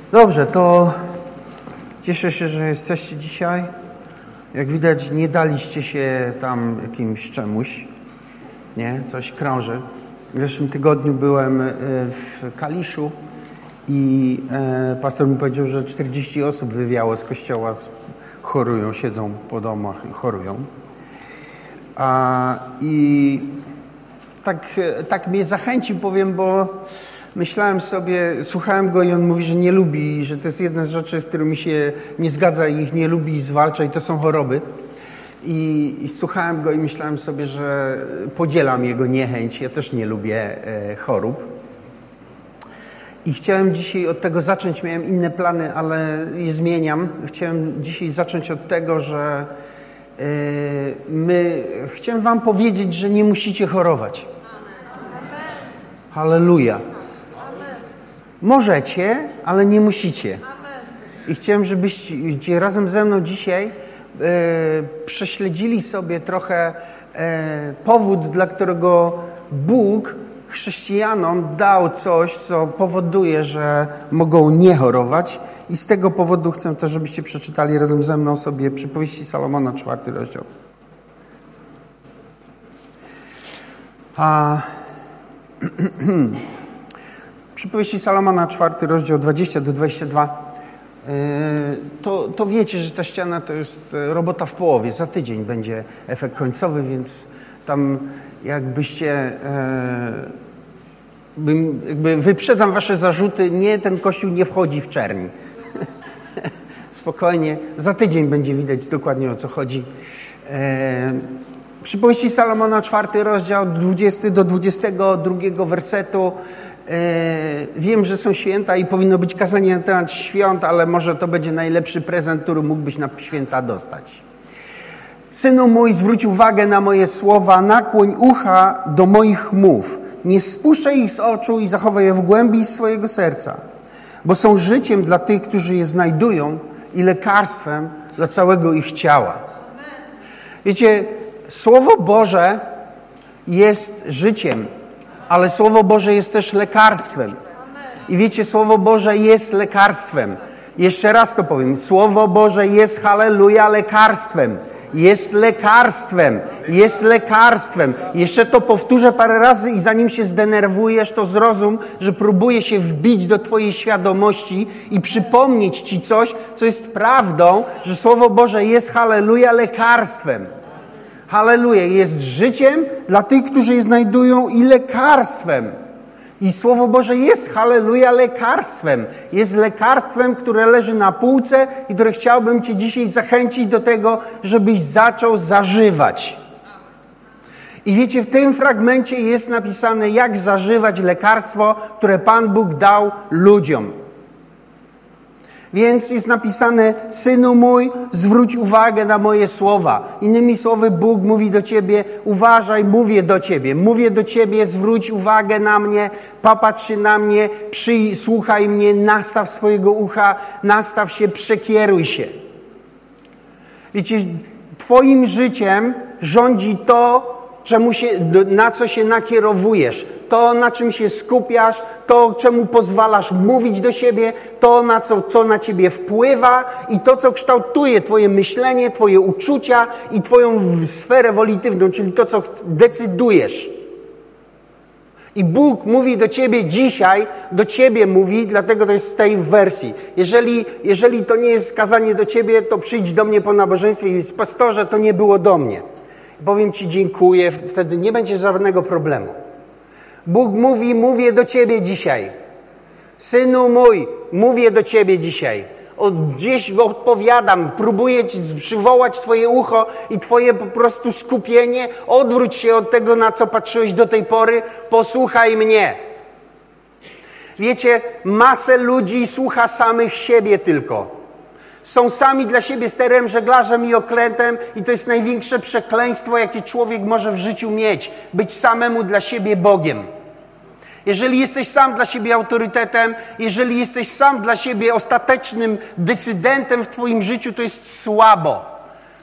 Dobrze, to cieszę się, że jesteście dzisiaj. Jak widać, nie daliście się tam jakimś czemuś. Nie? Coś krąży. W zeszłym tygodniu byłem w Kaliszu i pastor mi powiedział, że 40 osób wywiało z kościoła, chorują, siedzą po domach i chorują. I tak mnie zachęcił, powiem, bo myślałem sobie, słuchałem go i on mówi, że nie lubi, że to jest jedna z rzeczy, z którymi się nie zgadza i ich nie lubi i zwalcza, i to są choroby. I słuchałem go i myślałem sobie, że podzielam jego niechęć. Ja też nie lubię chorób. I chciałem dzisiaj od tego zacząć. Miałem inne plany, ale je zmieniam. Chciałem dzisiaj zacząć od tego, że chciałem wam powiedzieć, że nie musicie chorować. Halleluja. Możecie, ale nie musicie. I chciałem, żebyście razem ze mną dzisiaj prześledzili sobie trochę powód, dla którego Bóg chrześcijanom dał coś, co powoduje, że mogą nie chorować. I z tego powodu chcę też, żebyście przeczytali razem ze mną sobie Przypowieści Salomona, 4 rozdział. Przypowieści Salomona, 4 rozdział, 20-22. To wiecie, że ta ściana to jest robota w połowie. Za tydzień będzie efekt końcowy, więc tam jakbyście... wyprzedzam wasze zarzuty. Nie, ten kościół nie wchodzi w czerni. Spokojnie. Za tydzień będzie widać dokładnie, o co chodzi. Przypowieści Salomona, 4 rozdział, 20-22 wersetu. Wiem, że są święta i powinno być kazanie na temat świąt, ale może to będzie najlepszy prezent, który mógłbyś na święta dostać. Synu mój, zwróć uwagę na moje słowa, nakłoń ucha do moich mów. Nie spuszczaj ich z oczu i zachowaj je w głębi swojego serca, bo są życiem dla tych, którzy je znajdują i lekarstwem dla całego ich ciała. Wiecie, Słowo Boże jest życiem, ale Słowo Boże jest też lekarstwem. I wiecie, Słowo Boże jest lekarstwem. Jeszcze raz to powiem. Słowo Boże jest, halleluja, lekarstwem. Jest lekarstwem. Jest lekarstwem. Jeszcze to powtórzę parę razy i zanim się zdenerwujesz, to zrozum, że próbuję się wbić do twojej świadomości i przypomnieć ci coś, co jest prawdą, że Słowo Boże jest, halleluja, lekarstwem. Halleluja, jest życiem dla tych, którzy je znajdują i lekarstwem. I Słowo Boże jest, halleluja, lekarstwem. Jest lekarstwem, które leży na półce i które chciałbym cię dzisiaj zachęcić do tego, żebyś zaczął zażywać. I wiecie, w tym fragmencie jest napisane, jak zażywać lekarstwo, które Pan Bóg dał ludziom. Więc jest napisane, synu mój, zwróć uwagę na moje słowa. Innymi słowy, Bóg mówi do ciebie, uważaj, mówię do ciebie, zwróć uwagę na mnie, popatrz się na mnie, słuchaj mnie, nastaw swojego ucha, nastaw się, przekieruj się. Wiecie, twoim życiem rządzi to, na co się nakierowujesz, to, na czym się skupiasz, to, czemu pozwalasz mówić do siebie, to, co na ciebie wpływa i to, co kształtuje twoje myślenie, twoje uczucia i twoją sferę wolitywną, czyli to, co decydujesz. I Bóg mówi do ciebie dzisiaj, do ciebie mówi, dlatego to jest z tej wersji. Jeżeli to nie jest skazanie do ciebie, to przyjdź do mnie po nabożeństwie i powiedz, pastorze, to nie było do mnie. Powiem ci dziękuję, wtedy nie będzie żadnego problemu. Bóg mówi, mówię do ciebie dzisiaj. Synu mój, mówię do ciebie dzisiaj. Gdzieś odpowiadam, próbuję ci przywołać twoje ucho i twoje po prostu skupienie. Odwróć się od tego, na co patrzyłeś do tej pory. Posłuchaj mnie. Wiecie, masę ludzi słucha samych siebie tylko. Są sami dla siebie sterem, żeglarzem i okrętem i to jest największe przekleństwo, jakie człowiek może w życiu mieć. Być samemu dla siebie Bogiem. Jeżeli jesteś sam dla siebie autorytetem, jeżeli jesteś sam dla siebie ostatecznym decydentem w twoim życiu, to jest słabo.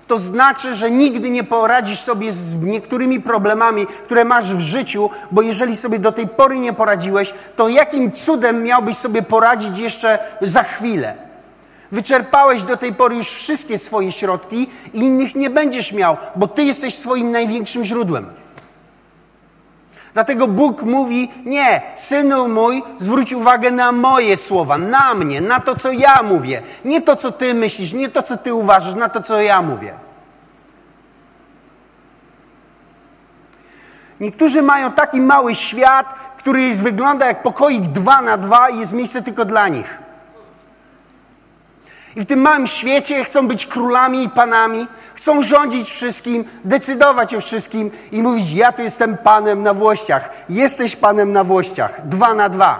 to znaczy, że nigdy nie poradzisz sobie z niektórymi problemami, które masz w życiu, bo jeżeli sobie do tej pory nie poradziłeś, to jakim cudem miałbyś sobie poradzić jeszcze za chwilę? Wyczerpałeś do tej pory już wszystkie swoje środki i innych nie będziesz miał, bo Ty jesteś swoim największym źródłem. Dlatego Bóg mówi, nie, synu mój, zwróć uwagę na moje słowa, na mnie, na to, co ja mówię. Nie to, co ty myślisz, nie to, co ty uważasz, na to, co ja mówię. Niektórzy mają taki mały świat, który wygląda jak pokoik 2x2 i jest miejsce tylko dla nich. I w tym małym świecie chcą być królami i panami, chcą rządzić wszystkim, decydować o wszystkim i mówić, ja tu jestem panem na włościach. Jesteś panem na włościach. 2x2.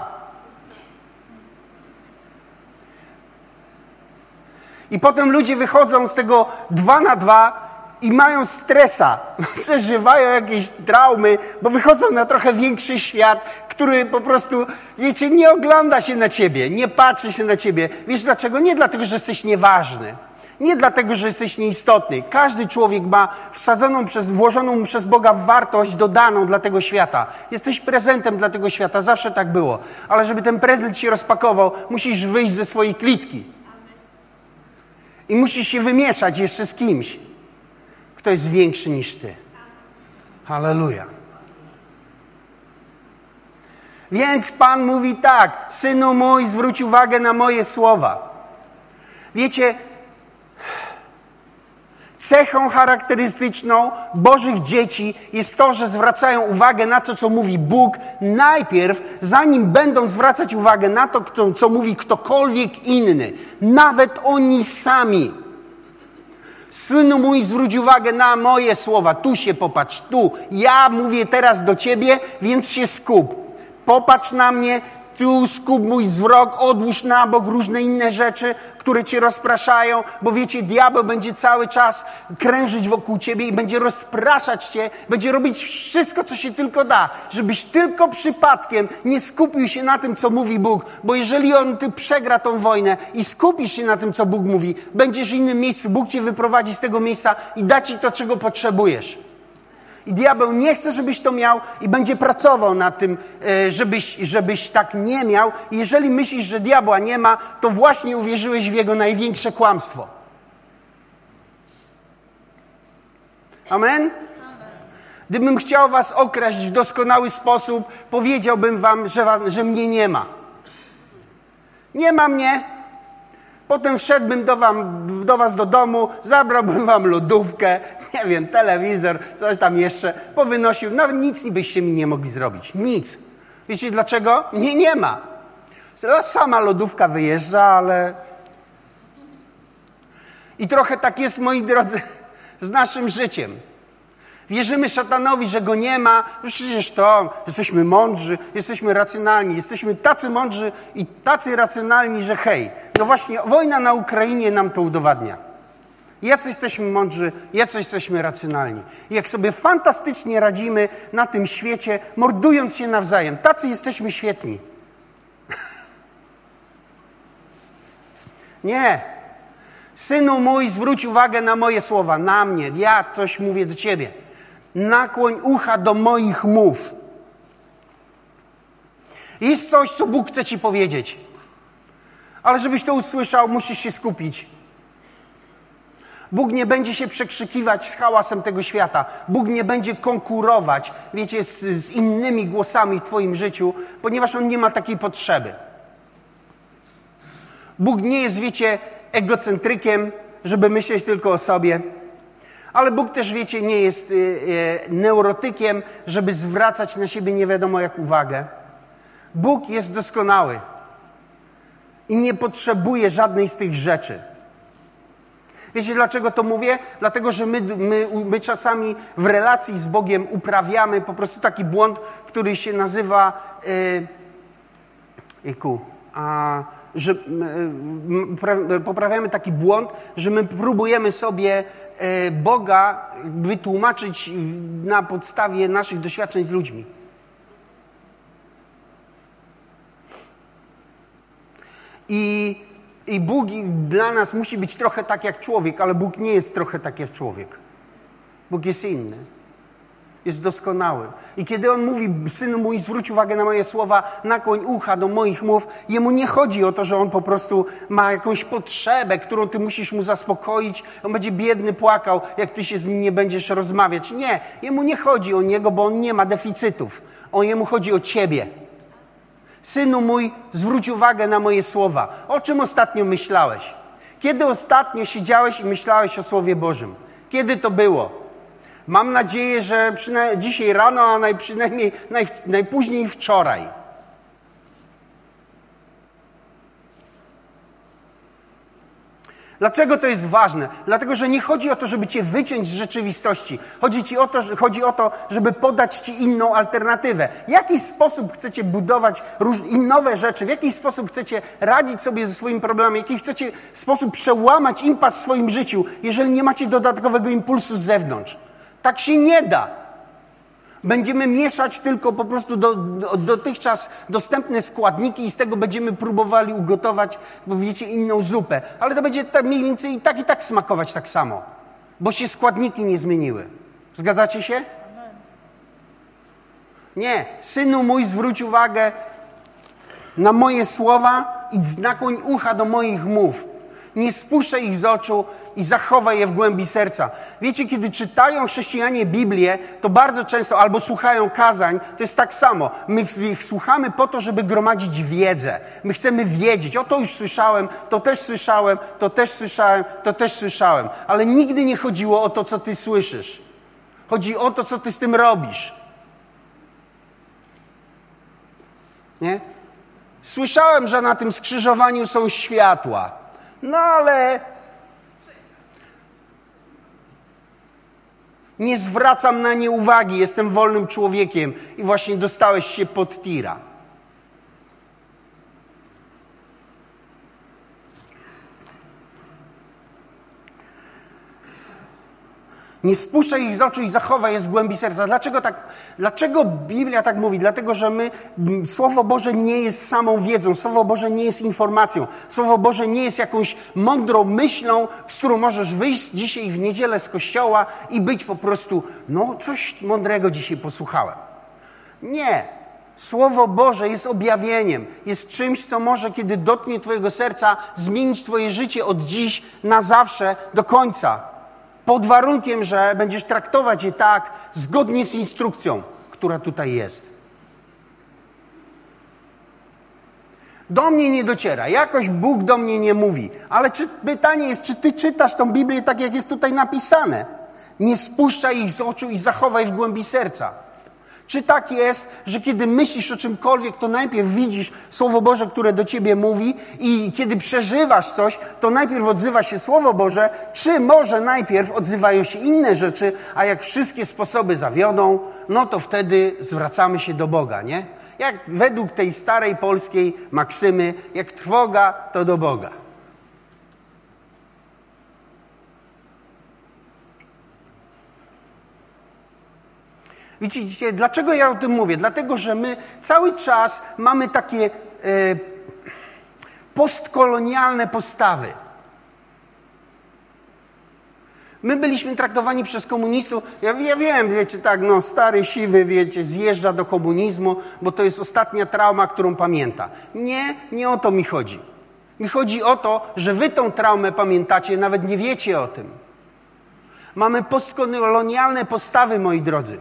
I potem ludzie wychodzą z tego 2x2 i mają stresa, przeżywają jakieś traumy, bo wychodzą na trochę większy świat, który po prostu, wiecie, nie ogląda się na ciebie, nie patrzy się na ciebie. Wiesz dlaczego? Nie dlatego, że jesteś nieważny. Nie dlatego, że jesteś nieistotny. Każdy człowiek ma włożoną mu przez Boga wartość dodaną dla tego świata. Jesteś prezentem dla tego świata, zawsze tak było. Ale żeby ten prezent się rozpakował, musisz wyjść ze swojej klitki. I musisz się wymieszać jeszcze z kimś, kto jest większy niż ty. Halleluja. Więc Pan mówi tak, synu mój, zwróć uwagę na moje słowa. Wiecie, cechą charakterystyczną Bożych dzieci jest to, że zwracają uwagę na to, co mówi Bóg najpierw, zanim będą zwracać uwagę na to, co mówi ktokolwiek inny. Nawet oni sami. Synu mój, zwróć uwagę na moje słowa. Tu się popatrz, tu. Ja mówię teraz do ciebie, więc się skup. Popatrz na mnie, tu skup mój wzrok, odłóż na bok różne inne rzeczy, które cię rozpraszają, bo wiecie, diabeł będzie cały czas krężyć wokół ciebie i będzie rozpraszać cię, będzie robić wszystko, co się tylko da, żebyś tylko przypadkiem nie skupił się na tym, co mówi Bóg, bo jeżeli ty przegra tą wojnę i skupisz się na tym, co Bóg mówi, będziesz w innym miejscu, Bóg cię wyprowadzi z tego miejsca i da ci to, czego potrzebujesz. I diabeł nie chce, żebyś to miał i będzie pracował nad tym, żebyś tak nie miał. I jeżeli myślisz, że diabła nie ma, to właśnie uwierzyłeś w jego największe kłamstwo. Amen? Gdybym chciał was okraść w doskonały sposób, powiedziałbym wam, że mnie nie ma. Nie ma mnie. Potem wszedłbym do was do domu, zabrałbym wam lodówkę, nie wiem, telewizor, coś tam jeszcze, powynosił. Nawet nic byście mi nie mogli zrobić. Nic. Wiecie dlaczego? Mnie nie ma. Sama lodówka wyjeżdża, ale... I trochę tak jest, moi drodzy, z naszym życiem. Wierzymy szatanowi, że go nie ma. Przecież to, jesteśmy mądrzy, jesteśmy racjonalni, jesteśmy tacy mądrzy i tacy racjonalni, że hej. No właśnie, wojna na Ukrainie nam to udowadnia. Jacy jesteśmy mądrzy, jacy jesteśmy racjonalni. I jak sobie fantastycznie radzimy na tym świecie, mordując się nawzajem. Tacy jesteśmy świetni. Nie. Synu mój, zwróć uwagę na moje słowa, na mnie. Ja coś mówię do ciebie. Nakłoń ucha do moich mów. Jest coś, co Bóg chce ci powiedzieć. Ale żebyś to usłyszał, musisz się skupić. Bóg nie będzie się przekrzykiwać z hałasem tego świata. Bóg nie będzie konkurować, wiecie, z innymi głosami w twoim życiu, ponieważ On nie ma takiej potrzeby. Bóg nie jest, wiecie, egocentrykiem, żeby myśleć tylko o sobie. Ale Bóg też, wiecie, nie jest neurotykiem, żeby zwracać na siebie nie wiadomo jak uwagę. Bóg jest doskonały i nie potrzebuje żadnej z tych rzeczy. Wiecie, dlaczego to mówię? Dlatego, że my czasami w relacji z Bogiem uprawiamy po prostu taki błąd, który się nazywa że poprawiamy taki błąd, że my próbujemy sobie Boga wytłumaczyć na podstawie naszych doświadczeń z ludźmi. I I Bóg dla nas musi być trochę tak jak człowiek, ale Bóg nie jest trochę tak jak człowiek. Bóg jest inny. Jest doskonały. I kiedy On mówi, synu mój, zwróć uwagę na moje słowa, nakłoń ucha do moich mów, Jemu nie chodzi o to, że On po prostu ma jakąś potrzebę, którą Ty musisz Mu zaspokoić. On będzie biedny płakał, jak Ty się z Nim nie będziesz rozmawiać. Nie, Jemu nie chodzi o Niego, bo On nie ma deficytów. Jemu chodzi o Ciebie. Synu mój, zwróć uwagę na moje słowa. O czym ostatnio myślałeś? Kiedy ostatnio siedziałeś i myślałeś o Słowie Bożym? Kiedy to było? Mam nadzieję, że dzisiaj rano, a najpóźniej wczoraj. Dlaczego to jest ważne? Dlatego, że nie chodzi o to, żeby Cię wyciąć z rzeczywistości. Chodzi o to, żeby podać Ci inną alternatywę. W jaki sposób chcecie budować nowe rzeczy? W jaki sposób chcecie radzić sobie ze swoim problemem? W jaki chcecie sposób przełamać impas w swoim życiu, jeżeli nie macie dodatkowego impulsu z zewnątrz? Tak się nie da. Będziemy mieszać tylko po prostu dotychczas dostępne składniki i z tego będziemy próbowali ugotować, bo wiecie, inną zupę. Ale to będzie mniej więcej i tak smakować tak samo, bo się składniki nie zmieniły. Zgadzacie się? Nie. Synu mój, zwróć uwagę na moje słowa i nakłoń ucha do moich mów. Nie spuszczaj ich z oczu i zachowaj je w głębi serca. Wiecie, kiedy czytają chrześcijanie Biblię, to bardzo często, albo słuchają kazań, to jest tak samo. My ich słuchamy po to, żeby gromadzić wiedzę. My chcemy wiedzieć. O, to już słyszałem, to też słyszałem, to też słyszałem, to też słyszałem. Ale nigdy nie chodziło o to, co ty słyszysz. Chodzi o to, co ty z tym robisz. Nie? Słyszałem, że na tym skrzyżowaniu są światła. No ale nie zwracam na nie uwagi, jestem wolnym człowiekiem i właśnie dostałeś się pod tira. Nie spuszczaj ich z oczu i zachowaj je z głębi serca. Dlaczego Biblia tak mówi? Dlatego, że Słowo Boże nie jest samą wiedzą. Słowo Boże nie jest informacją. Słowo Boże nie jest jakąś mądrą myślą, z którą możesz wyjść dzisiaj w niedzielę z kościoła i być po prostu, coś mądrego dzisiaj posłuchałem. Nie. Słowo Boże jest objawieniem. Jest czymś, co może, kiedy dotknie twojego serca, zmienić twoje życie od dziś na zawsze, do końca. Pod warunkiem, że będziesz traktować je tak, zgodnie z instrukcją, która tutaj jest. Do mnie nie dociera. Jakoś Bóg do mnie nie mówi. Ale pytanie jest, czy ty czytasz tą Biblię tak, jak jest tutaj napisane? Nie spuszczaj ich z oczu i zachowaj w głębi serca. Czy tak jest, że kiedy myślisz o czymkolwiek, to najpierw widzisz Słowo Boże, które do ciebie mówi i kiedy przeżywasz coś, to najpierw odzywa się Słowo Boże, czy może najpierw odzywają się inne rzeczy, a jak wszystkie sposoby zawiodą, to wtedy zwracamy się do Boga, nie? Jak według tej starej polskiej maksymy, jak trwoga, to do Boga. Widzicie, dlaczego ja o tym mówię? Dlatego, że my cały czas mamy takie postkolonialne postawy. My byliśmy traktowani przez komunistów, ja wiem, wiecie, tak, stary, siwy, wiecie, zjeżdża do komunizmu, bo to jest ostatnia trauma, którą pamięta. Nie o to mi chodzi. Mi chodzi o to, że wy tą traumę pamiętacie, nawet nie wiecie o tym. Mamy postkolonialne postawy, moi drodzy.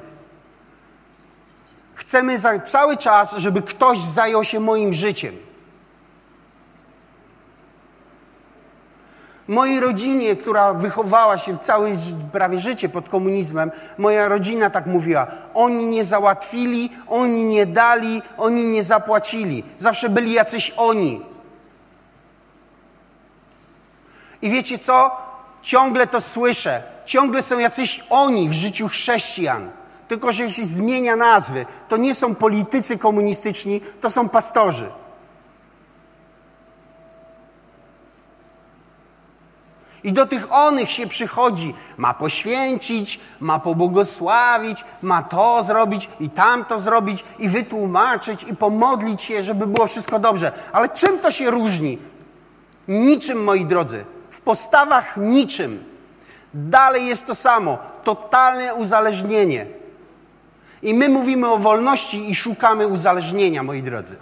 Chcemy cały czas, żeby ktoś zajął się moim życiem. Mojej rodzinie, która wychowała się całe prawie życie pod komunizmem, moja rodzina tak mówiła. Oni nie załatwili, oni nie dali, oni nie zapłacili. Zawsze byli jacyś oni. I wiecie co? Ciągle to słyszę. Ciągle są jacyś oni w życiu chrześcijan. Tylko że się zmienia nazwy. To nie są politycy komunistyczni, to są pastorzy. I do tych onych się przychodzi. Ma poświęcić, ma pobłogosławić, ma to zrobić i tamto zrobić i wytłumaczyć i pomodlić się, żeby było wszystko dobrze. Ale czym to się różni? Niczym, moi drodzy. W postawach niczym. Dalej jest to samo. Totalne uzależnienie. I my mówimy o wolności i szukamy uzależnienia, moi drodzy.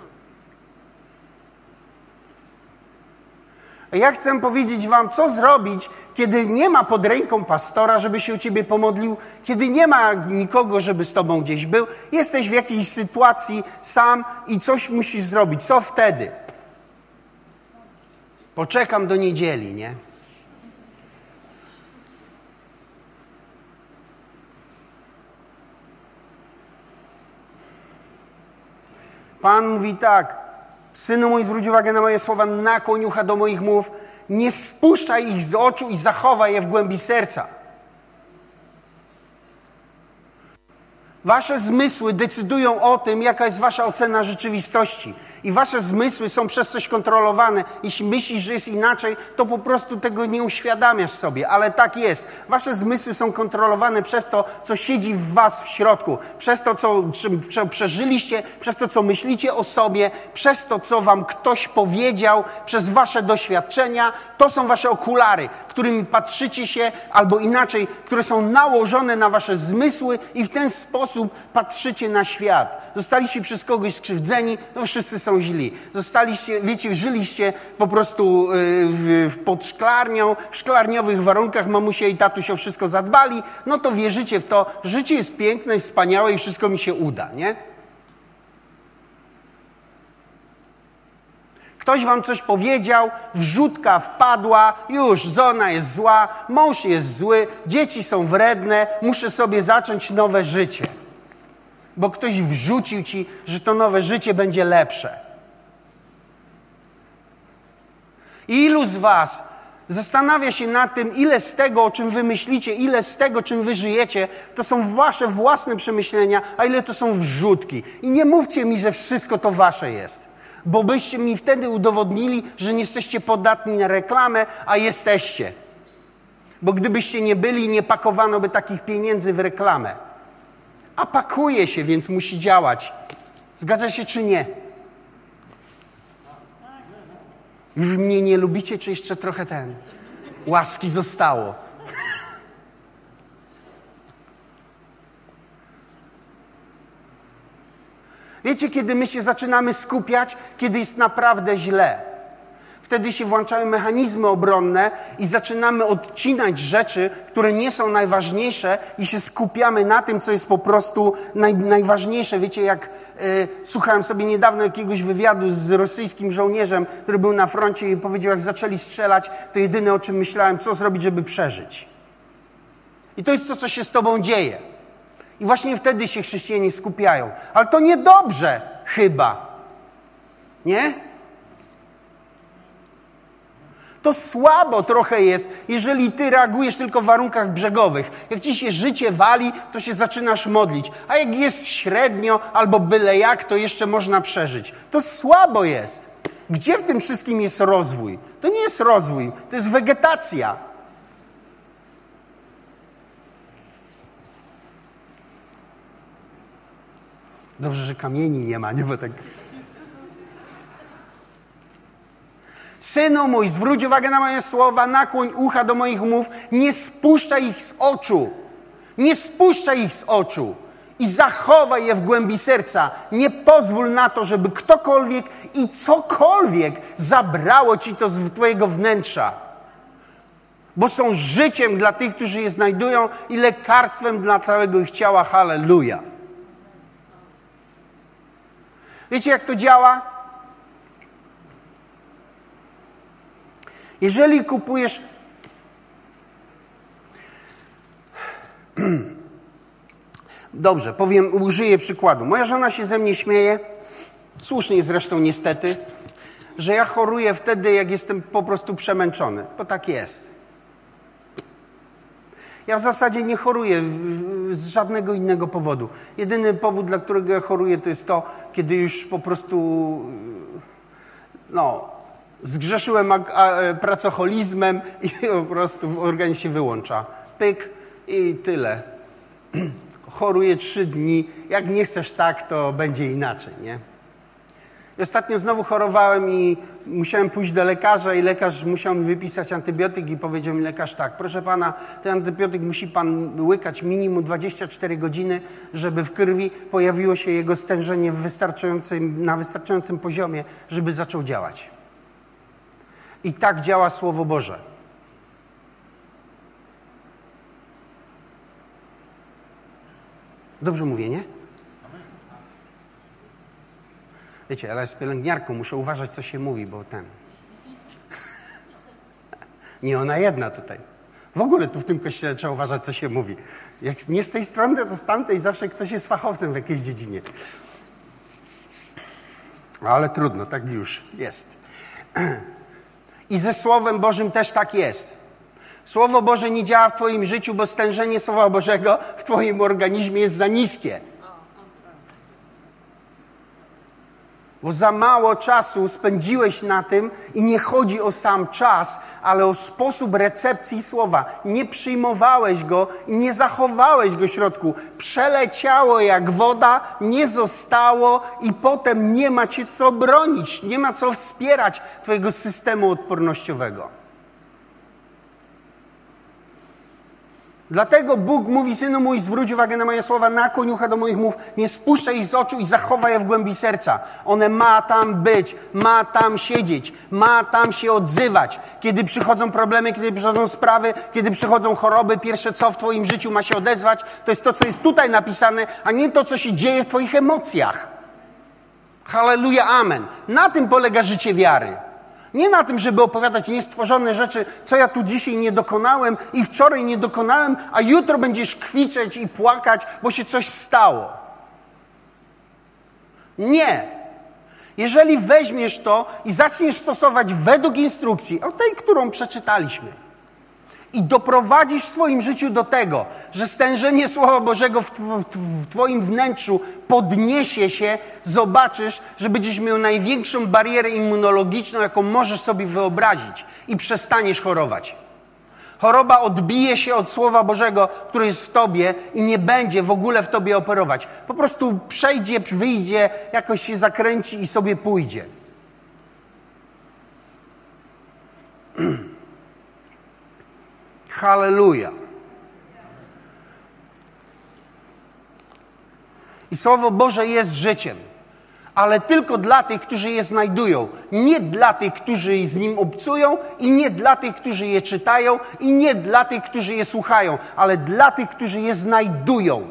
Ja chcę powiedzieć wam, co zrobić, kiedy nie ma pod ręką pastora, żeby się o ciebie pomodlił, kiedy nie ma nikogo, żeby z tobą gdzieś był. Jesteś w jakiejś sytuacji sam i coś musisz zrobić. Co wtedy? Poczekam do niedzieli, nie? Pan mówi tak: synu mój, zwróć uwagę na moje słowa, nakłoń ucha do moich mów, nie spuszczaj ich z oczu i zachowaj je w głębi serca. Wasze zmysły decydują o tym, jaka jest wasza ocena rzeczywistości. I wasze zmysły są przez coś kontrolowane. Jeśli myślisz, że jest inaczej, to po prostu tego nie uświadamiasz sobie. Ale tak jest. Wasze zmysły są kontrolowane przez to, co siedzi w was w środku. Przez to, co przeżyliście, przez to, co myślicie o sobie, przez to, co wam ktoś powiedział, przez wasze doświadczenia. To są wasze okulary, którymi patrzycie się, albo inaczej, które są nałożone na wasze zmysły i w ten sposób patrzycie na świat. Zostaliście przez kogoś skrzywdzeni, no wszyscy są źli. Zostaliście, wiecie, żyliście po prostu pod szklarnią, w szklarniowych warunkach, mamusia i tatuś o wszystko zadbali, no to wierzycie w to, życie jest piękne, wspaniałe i wszystko mi się uda, nie? Ktoś wam coś powiedział, wrzutka wpadła, już żona jest zła, mąż jest zły, dzieci są wredne, muszę sobie zacząć nowe życie. Bo ktoś wrzucił ci, że to nowe życie będzie lepsze. I ilu z was zastanawia się nad tym, ile z tego, o czym wy myślicie, ile z tego, czym wy żyjecie, to są wasze własne przemyślenia, a ile to są wrzutki. I nie mówcie mi, że wszystko to wasze jest. Bo byście mi wtedy udowodnili, że nie jesteście podatni na reklamę, a jesteście. Bo gdybyście nie byli, nie pakowano by takich pieniędzy w reklamę. A pakuje się, więc musi działać. Zgadza się czy nie? Już mnie nie lubicie, czy jeszcze trochę łaski zostało? Wiecie, kiedy my się zaczynamy skupiać, kiedy jest naprawdę źle. Wtedy się włączają mechanizmy obronne i zaczynamy odcinać rzeczy, które nie są najważniejsze i się skupiamy na tym, co jest po prostu najważniejsze. Wiecie, jak słuchałem sobie niedawno jakiegoś wywiadu z rosyjskim żołnierzem, który był na froncie i powiedział, jak zaczęli strzelać, to jedyne, o czym myślałem, co zrobić, żeby przeżyć. I to jest to, co się z tobą dzieje. I właśnie wtedy się chrześcijanie skupiają. Ale to niedobrze chyba. Nie? To słabo trochę jest, jeżeli ty reagujesz tylko w warunkach brzegowych. Jak ci się życie wali, to się zaczynasz modlić. A jak jest średnio albo byle jak, to jeszcze można przeżyć. To słabo jest. Gdzie w tym wszystkim jest rozwój? To nie jest rozwój, to jest wegetacja. Dobrze, że kamieni nie ma, nie? Bo tak... Synu mój, zwróć uwagę na moje słowa, nakłoń ucha do moich mów, nie spuszczaj ich z oczu. Nie spuszczaj ich z oczu i zachowaj je w głębi serca. Nie pozwól na to, żeby ktokolwiek i cokolwiek zabrało ci to z twojego wnętrza. Bo są życiem dla tych, którzy je znajdują i lekarstwem dla całego ich ciała. Halleluja. Wiecie, jak to działa? Jeżeli kupujesz... Dobrze, użyję przykładu. Moja żona się ze mnie śmieje, słusznie zresztą niestety, że ja choruję wtedy, jak jestem po prostu przemęczony. Bo tak jest. Ja w zasadzie nie choruję z żadnego innego powodu. Jedyny powód, dla którego ja choruję, to jest to, kiedy już po prostu zgrzeszyłem pracoholizmem i po prostu organizm się wyłącza. Pyk i tyle. Choruję 3 dni. Jak nie chcesz tak, to będzie inaczej, nie? I ostatnio znowu chorowałem i musiałem pójść do lekarza i lekarz musiał mi wypisać antybiotyk i powiedział mi lekarz tak, proszę pana, ten antybiotyk musi pan łykać minimum 24 godziny, żeby w krwi pojawiło się jego stężenie na wystarczającym poziomie, żeby zaczął działać. I tak działa Słowo Boże. Dobrze mówię, nie? Wiecie, ale z pielęgniarką muszę uważać, co się mówi, bo nie ona jedna tutaj. W ogóle tu w tym kościele trzeba uważać, co się mówi. Jak nie z tej strony, to z tamtej. Zawsze ktoś jest fachowcem w jakiejś dziedzinie. Ale trudno, tak już jest. I ze Słowem Bożym też tak jest. Słowo Boże nie działa w twoim życiu, bo stężenie Słowa Bożego w twoim organizmie jest za niskie. Bo za mało czasu spędziłeś na tym i nie chodzi o sam czas, ale o sposób recepcji słowa. Nie przyjmowałeś go i nie zachowałeś go w środku. Przeleciało jak woda, nie zostało i potem nie ma cię co bronić, nie ma co wspierać twojego systemu odpornościowego. Dlatego Bóg mówi, synu mój, zwróć uwagę na moje słowa, nakłoń ucha do moich mów, nie spuszczaj ich z oczu i zachowaj je w głębi serca. One ma tam być, ma tam siedzieć, ma tam się odzywać. Kiedy przychodzą problemy, kiedy przychodzą sprawy, kiedy przychodzą choroby, pierwsze co w twoim życiu ma się odezwać, to jest to, co jest tutaj napisane, a nie to, co się dzieje w twoich emocjach. Halleluja, amen. Na tym polega życie wiary. Nie na tym, żeby opowiadać niestworzone rzeczy, co ja tu dzisiaj nie dokonałem i wczoraj nie dokonałem, a jutro będziesz kwiczeć i płakać, bo się coś stało. Nie. Jeżeli weźmiesz to i zaczniesz stosować według instrukcji, o tej, którą przeczytaliśmy, i doprowadzisz w swoim życiu do tego, że stężenie Słowa Bożego w twoim wnętrzu podniesie się, zobaczysz, że będziesz miał największą barierę immunologiczną, jaką możesz sobie wyobrazić i przestaniesz chorować. Choroba odbije się od Słowa Bożego, które jest w tobie i nie będzie w ogóle w tobie operować. Po prostu przejdzie, wyjdzie, jakoś się zakręci i sobie pójdzie. Halleluja. I Słowo Boże jest życiem, ale tylko dla tych, którzy je znajdują. Nie dla tych, którzy z nim obcują i nie dla tych, którzy je czytają i nie dla tych, którzy je słuchają, ale dla tych, którzy je znajdują.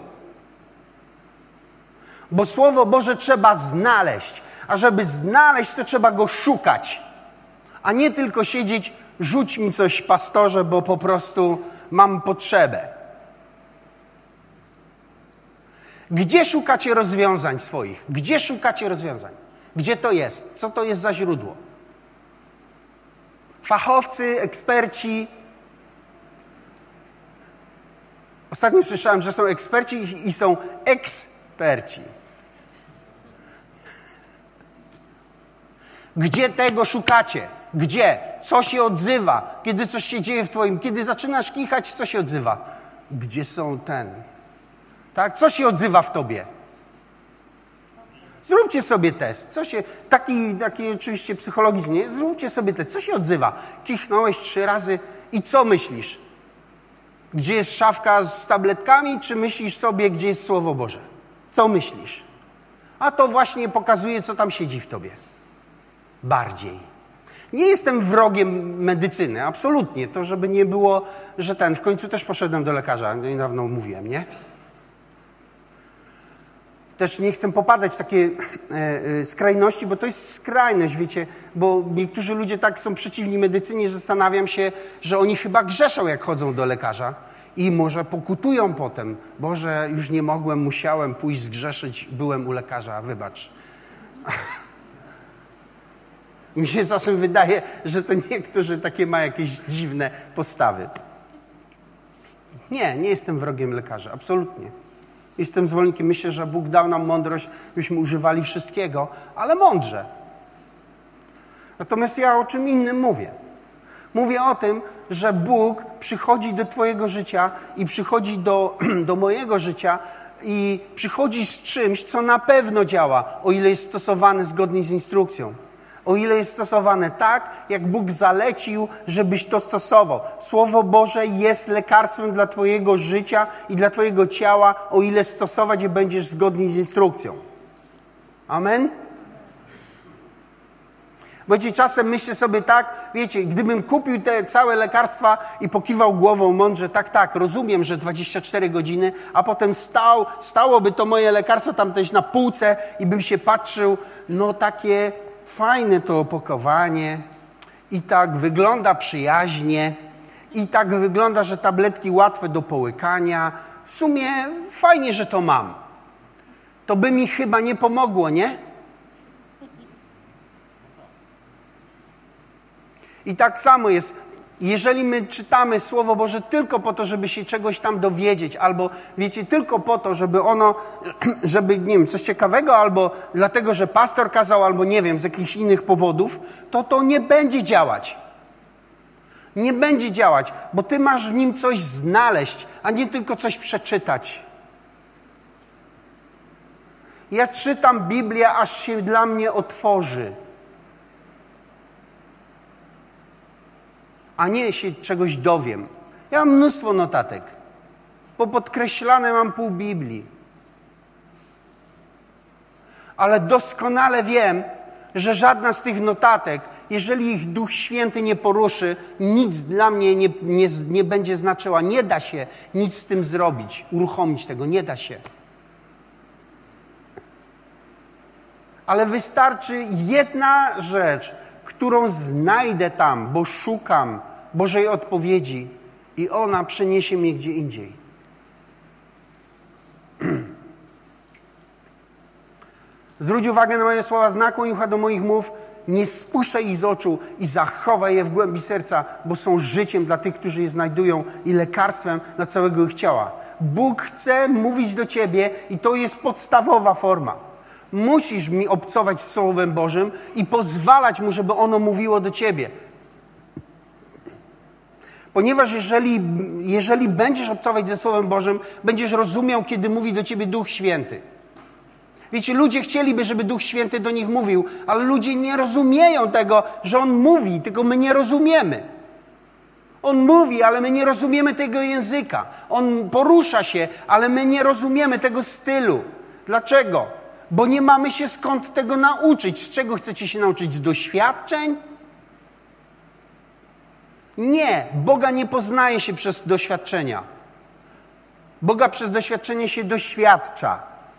Bo Słowo Boże trzeba znaleźć, a żeby znaleźć, to trzeba go szukać, a nie tylko siedzieć, rzuć mi coś, pastorze, bo po prostu mam potrzebę. Gdzie szukacie rozwiązań swoich? Gdzie szukacie rozwiązań? Gdzie to jest? Co to jest za źródło? Fachowcy, eksperci. Ostatnio słyszałem, że są eksperci i są eksperci. Gdzie tego szukacie? Gdzie? Co się odzywa? Kiedy coś się dzieje w twoim... Kiedy zaczynasz kichać, co się odzywa? Gdzie są tak? Co się odzywa w tobie? Zróbcie sobie test. Co się... Taki oczywiście psychologicznie. Zróbcie sobie test. Co się odzywa? Kichnąłeś 3 razy i co myślisz? Gdzie jest szafka z tabletkami, czy myślisz sobie, gdzie jest Słowo Boże? Co myślisz? A to właśnie pokazuje, co tam siedzi w tobie. Bardziej. Nie jestem wrogiem medycyny, absolutnie. To, żeby nie było, że w końcu też poszedłem do lekarza, niedawno mówiłem, nie? Też nie chcę popadać w takie skrajności, bo to jest skrajność, wiecie, bo niektórzy ludzie tak są przeciwni medycynie, że zastanawiam się, że oni chyba grzeszą, jak chodzą do lekarza i może pokutują potem. Boże, już nie mogłem, musiałem pójść zgrzeszyć, byłem u lekarza, wybacz. Mi się czasem wydaje, że to niektórzy takie mają jakieś dziwne postawy. Nie jestem wrogiem lekarza, absolutnie. Jestem zwolennikiem, myślę, że Bóg dał nam mądrość, byśmy używali wszystkiego, ale mądrze. Natomiast ja o czym innym mówię. Mówię o tym, że Bóg przychodzi do twojego życia i przychodzi do mojego życia i przychodzi z czymś, co na pewno działa, o ile jest stosowane zgodnie z instrukcją. O ile jest stosowane tak, jak Bóg zalecił, żebyś to stosował. Słowo Boże jest lekarstwem dla twojego życia i dla twojego ciała, o ile stosować je będziesz zgodnie z instrukcją. Amen? Bo czasem myślę sobie tak, wiecie, gdybym kupił te całe lekarstwa i pokiwał głową mądrze, tak, rozumiem, że 24 godziny, a potem stałoby to moje lekarstwo tam też na półce i bym się patrzył, no takie fajne to opakowanie i tak wygląda przyjaźnie i tak wygląda, że tabletki łatwe do połykania. W sumie fajnie, że to mam. To by mi chyba nie pomogło, nie? I tak samo jest, jeżeli my czytamy Słowo Boże tylko po to, żeby się czegoś tam dowiedzieć, albo wiecie, tylko po to, żeby nie wiem, coś ciekawego, albo dlatego, że pastor kazał, albo nie wiem, z jakichś innych powodów, to nie będzie działać. Nie będzie działać, bo ty masz w nim coś znaleźć, a nie tylko coś przeczytać. Ja czytam Biblię, aż się dla mnie otworzy. A nie się czegoś dowiem. Ja mam mnóstwo notatek. Popodkreślane mam pół Biblii. Ale doskonale wiem, że żadna z tych notatek, jeżeli ich Duch Święty nie poruszy, nic dla mnie nie będzie znaczyła. Nie da się nic z tym zrobić, uruchomić tego. Nie da się. Ale wystarczy jedna rzecz, którą znajdę tam, bo szukam Bożej odpowiedzi i ona przeniesie mnie gdzie indziej. Zwróć uwagę na moje słowa, nakłoń ucha do moich mów, nie spuszczaj ich z oczu i zachowaj je w głębi serca, bo są życiem dla tych, którzy je znajdują i lekarstwem dla całego ich ciała. Bóg chce mówić do ciebie i to jest podstawowa forma. Musisz mi obcować z Słowem Bożym i pozwalać Mu, żeby ono mówiło do ciebie. Ponieważ jeżeli będziesz obcować ze Słowem Bożym, będziesz rozumiał, kiedy mówi do ciebie Duch Święty. Wiecie, ludzie chcieliby, żeby Duch Święty do nich mówił, ale ludzie nie rozumieją tego, że On mówi, tylko my nie rozumiemy. On mówi, ale my nie rozumiemy tego języka. On porusza się, ale my nie rozumiemy tego stylu. Dlaczego? Bo nie mamy się skąd tego nauczyć. Z czego chcecie się nauczyć? Z doświadczeń? Nie. Boga nie poznaje się przez doświadczenia. Boga przez doświadczenie się doświadcza.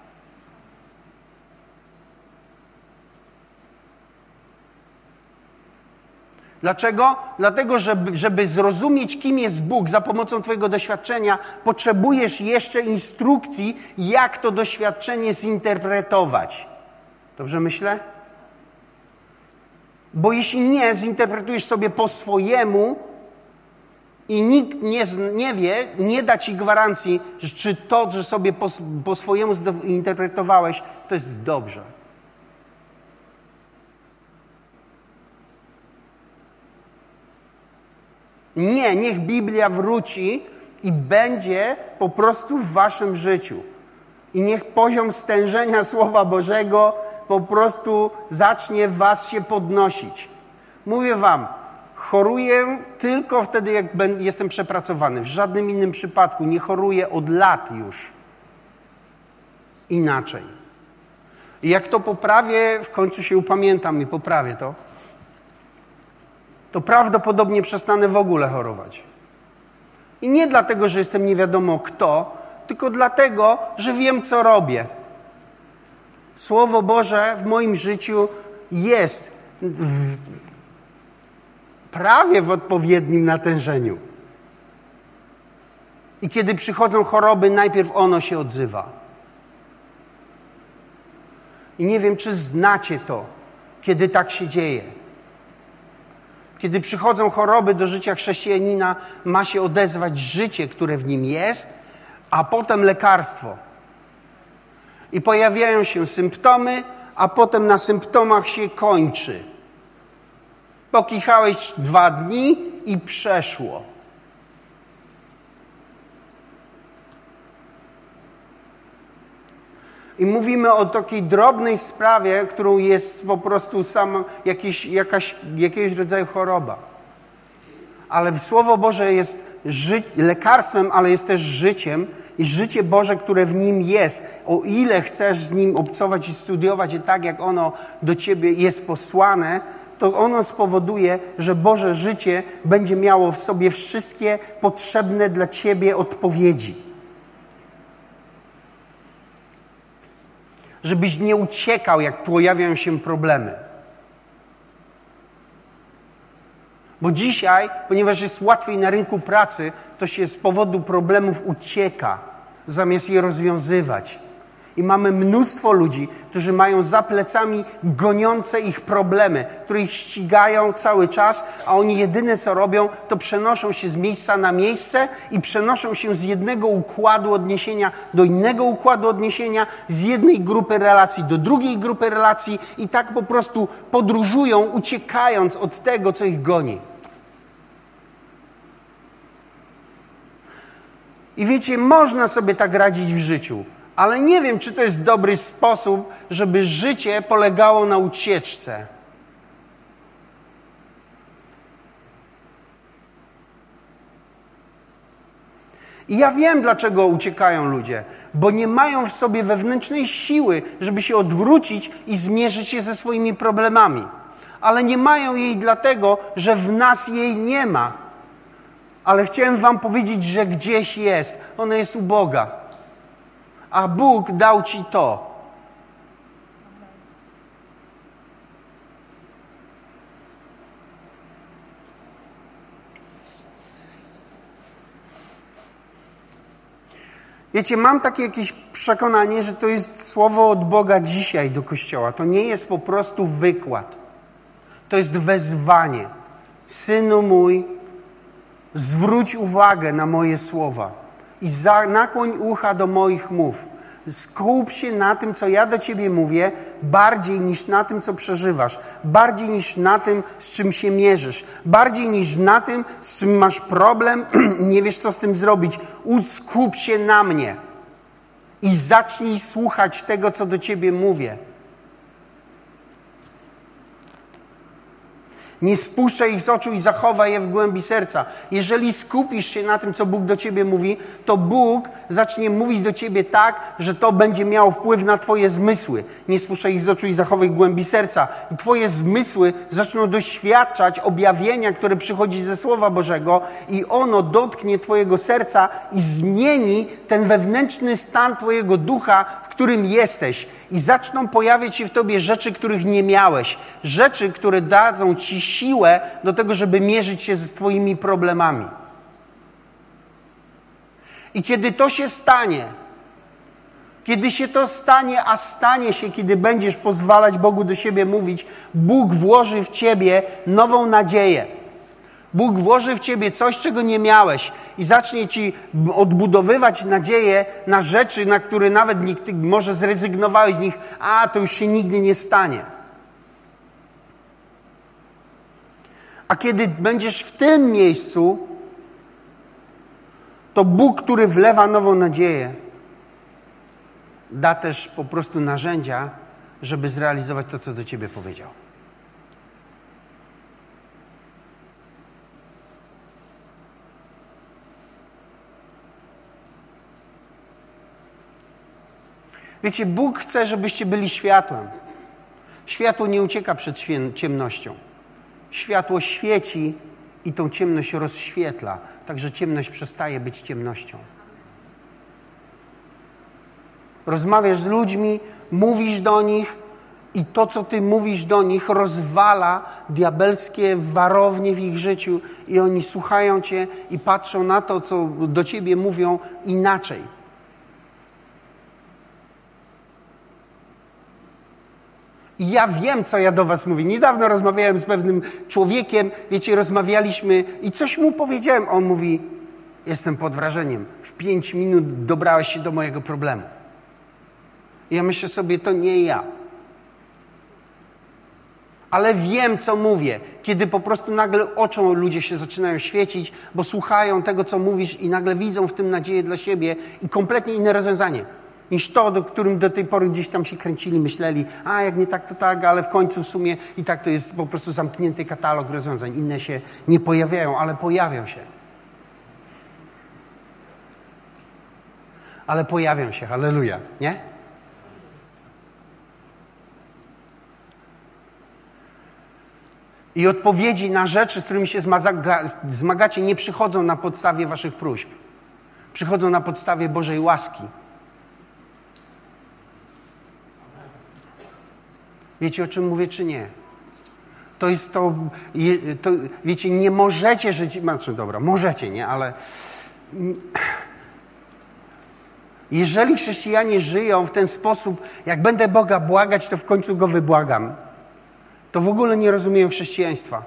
Dlaczego? Dlatego, żeby zrozumieć, kim jest Bóg za pomocą twojego doświadczenia, potrzebujesz jeszcze instrukcji, jak to doświadczenie zinterpretować. Dobrze myślę? Bo jeśli nie, zinterpretujesz sobie po swojemu i nikt nie wie, nie da ci gwarancji, czy to, że sobie po swojemu zinterpretowałeś, to jest dobrze. Nie, niech Biblia wróci i będzie po prostu w waszym życiu. I niech poziom stężenia Słowa Bożego po prostu zacznie w was się podnosić. Mówię wam, choruję tylko wtedy, jak jestem przepracowany. W żadnym innym przypadku nie choruję od lat już. Inaczej. I jak to poprawię, w końcu się upamiętam i poprawię to prawdopodobnie przestanę w ogóle chorować. I nie dlatego, że jestem nie wiadomo kto, tylko dlatego, że wiem, co robię. Słowo Boże w moim życiu jest prawie w odpowiednim natężeniu. I kiedy przychodzą choroby, najpierw ono się odzywa. I nie wiem, czy znacie to, kiedy tak się dzieje. Kiedy przychodzą choroby do życia chrześcijanina, ma się odezwać życie, które w nim jest, a potem lekarstwo. I pojawiają się symptomy, a potem na symptomach się kończy. Pokichałeś 2 dni i przeszło. I mówimy o takiej drobnej sprawie, którą jest po prostu jakiegoś rodzaju choroba. Ale Słowo Boże jest lekarstwem, ale jest też życiem. I życie Boże, które w nim jest, o ile chcesz z nim obcować i studiować je tak, jak ono do ciebie jest posłane, to ono spowoduje, że Boże życie będzie miało w sobie wszystkie potrzebne dla ciebie odpowiedzi. Żebyś nie uciekał, jak pojawiają się problemy. Bo dzisiaj, ponieważ jest łatwiej na rynku pracy, to się z powodu problemów ucieka, zamiast je rozwiązywać. I mamy mnóstwo ludzi, którzy mają za plecami goniące ich problemy, które ich ścigają cały czas, a oni jedyne co robią, to przenoszą się z miejsca na miejsce i przenoszą się z jednego układu odniesienia do innego układu odniesienia, z jednej grupy relacji do drugiej grupy relacji i tak po prostu podróżują, uciekając od tego, co ich goni. I wiecie, można sobie tak radzić w życiu, ale nie wiem, czy to jest dobry sposób, żeby życie polegało na ucieczce. I ja wiem, dlaczego uciekają ludzie, bo nie mają w sobie wewnętrznej siły, żeby się odwrócić i zmierzyć się ze swoimi problemami. Ale nie mają jej dlatego, że w nas jej nie ma. Ale chciałem wam powiedzieć, że gdzieś jest. Ona jest u Boga. A Bóg dał ci to. Wiecie, mam takie jakieś przekonanie, że to jest słowo od Boga dzisiaj do Kościoła. To nie jest po prostu wykład. To jest wezwanie. Synu mój, zwróć uwagę na moje słowa i nakłoń ucha do moich mów. Skup się na tym, co ja do ciebie mówię, bardziej niż na tym, co przeżywasz, bardziej niż na tym, z czym się mierzysz, bardziej niż na tym, z czym masz problem i nie wiesz, co z tym zrobić. Skup się na mnie i zacznij słuchać tego, co do ciebie mówię. Nie spuszczaj ich z oczu i zachowaj je w głębi serca. Jeżeli skupisz się na tym, co Bóg do ciebie mówi, to Bóg zacznie mówić do ciebie tak, że to będzie miało wpływ na twoje zmysły. Nie spuszczaj ich z oczu i zachowaj w głębi serca. I twoje zmysły zaczną doświadczać objawienia, które przychodzi ze Słowa Bożego i ono dotknie twojego serca i zmieni ten wewnętrzny stan twojego ducha, w którym jesteś. I zaczną pojawiać się w tobie rzeczy, których nie miałeś. Rzeczy, które dadzą ci siłę do tego, żeby mierzyć się z twoimi problemami. I kiedy to się stanie, kiedy się to stanie, a stanie się, kiedy będziesz pozwalać Bogu do siebie mówić, Bóg włoży w ciebie nową nadzieję. Bóg włoży w ciebie coś, czego nie miałeś i zacznie ci odbudowywać nadzieję na rzeczy, na które nawet może zrezygnowałeś z nich, a to już się nigdy nie stanie. A kiedy będziesz w tym miejscu, to Bóg, który wlewa nową nadzieję, da też po prostu narzędzia, żeby zrealizować to, co do ciebie powiedział. Wiecie, Bóg chce, żebyście byli światłem. Światło nie ucieka przed ciemnością. Światło świeci i tą ciemność rozświetla, także ciemność przestaje być ciemnością. Rozmawiasz z ludźmi, mówisz do nich i to, co ty mówisz do nich, rozwala diabelskie warownie w ich życiu i oni słuchają cię i patrzą na to, co do ciebie mówią inaczej. I ja wiem, co ja do was mówię. Niedawno rozmawiałem z pewnym człowiekiem, wiecie, rozmawialiśmy i coś mu powiedziałem. On mówi, jestem pod wrażeniem. W 5 minut dobrałeś się do mojego problemu. I ja myślę sobie, to nie ja. Ale wiem, co mówię. Kiedy po prostu nagle oczom ludzie się zaczynają świecić, bo słuchają tego, co mówisz i nagle widzą w tym nadzieję dla siebie i kompletnie inne rozwiązanie. niż to, do którym do tej pory gdzieś tam się kręcili, myśleli, a jak nie tak, to tak, ale w końcu w sumie i tak to jest po prostu zamknięty katalog rozwiązań. Inne się nie pojawiają, ale pojawią się. Ale pojawią się, halleluja, nie? I odpowiedzi na rzeczy, z którymi się zmagacie, nie przychodzą na podstawie waszych próśb. Przychodzą na podstawie Bożej łaski. Wiecie, o czym mówię, czy nie? To jest to wiecie, nie możecie żyć... Znaczy, dobra, możecie, nie? Ale... Jeżeli chrześcijanie żyją w ten sposób, jak będę Boga błagać, to w końcu Go wybłagam, to w ogóle nie rozumieją chrześcijaństwa.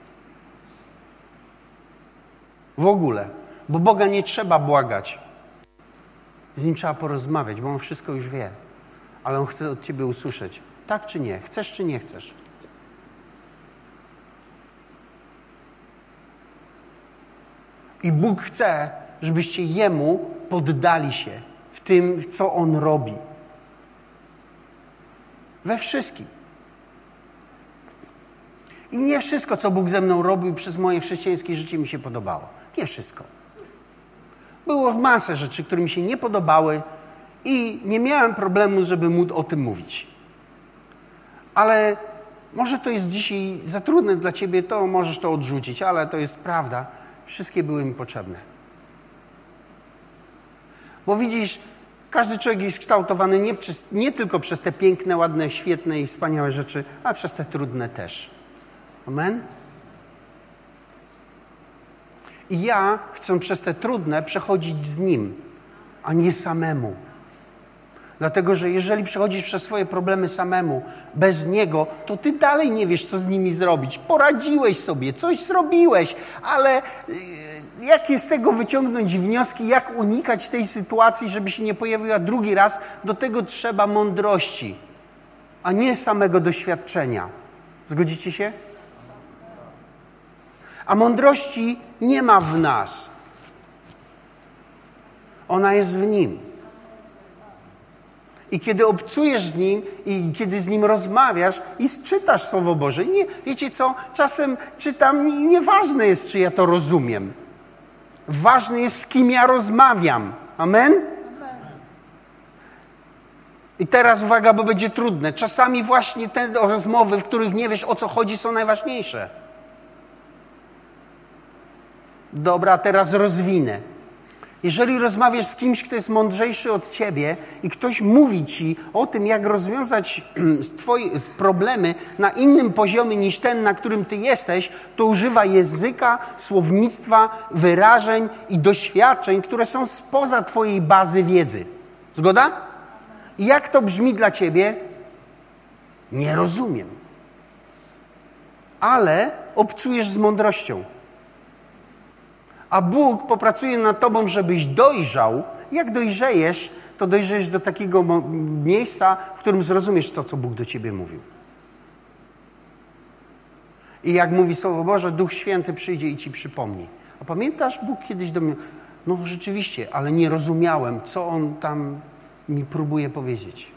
W ogóle. Bo Boga nie trzeba błagać. Z Nim trzeba porozmawiać, bo On wszystko już wie. Ale On chce od ciebie usłyszeć. Tak czy nie? Chcesz czy nie chcesz? I Bóg chce, żebyście Jemu poddali się w tym, co On robi. We wszystkim. I nie wszystko, co Bóg ze mną robił przez moje chrześcijańskie życie, mi się podobało. Nie wszystko. Było masę rzeczy, które mi się nie podobały i nie miałem problemu, żeby móc o tym mówić. Ale może to jest dzisiaj za trudne dla ciebie, to możesz to odrzucić, ale to jest prawda. Wszystkie były mi potrzebne. Bo widzisz, każdy człowiek jest kształtowany nie tylko przez te piękne, ładne, świetne i wspaniałe rzeczy, ale przez te trudne też. Amen? I ja chcę przez te trudne przechodzić z Nim, a nie samemu. Dlatego, że jeżeli przechodzisz przez swoje problemy samemu, bez Niego, to ty dalej nie wiesz, co z nimi zrobić. Poradziłeś sobie, coś zrobiłeś, ale jakie z tego wyciągnąć wnioski, jak unikać tej sytuacji, żeby się nie pojawiła drugi raz, do tego trzeba mądrości, a nie samego doświadczenia. Zgodzicie się? A mądrości nie ma w nas. Ona jest w Nim. I kiedy obcujesz z Nim i kiedy z Nim rozmawiasz i czytasz Słowo Boże, nie, wiecie co, czasem czytam i nieważne jest, czy ja to rozumiem. Ważne jest, z kim ja rozmawiam. Amen? I teraz uwaga, bo będzie trudne. Czasami właśnie te rozmowy, w których nie wiesz, o co chodzi, są najważniejsze. Dobra, teraz rozwinę. Jeżeli rozmawiasz z kimś, kto jest mądrzejszy od ciebie i ktoś mówi ci o tym, jak rozwiązać twoje problemy na innym poziomie niż ten, na którym ty jesteś, to używa języka, słownictwa, wyrażeń i doświadczeń, które są spoza twojej bazy wiedzy. Zgoda? I jak to brzmi dla ciebie? Nie rozumiem. Ale obcujesz z mądrością. A Bóg popracuje nad tobą, żebyś dojrzał. Jak dojrzejesz, to dojrzejesz do takiego miejsca, w którym zrozumiesz to, co Bóg do ciebie mówił. I jak mówi Słowo Boże, Duch Święty przyjdzie i ci przypomni. A pamiętasz, Bóg kiedyś do mnie... No rzeczywiście, ale nie rozumiałem, co On tam mi próbuje powiedzieć.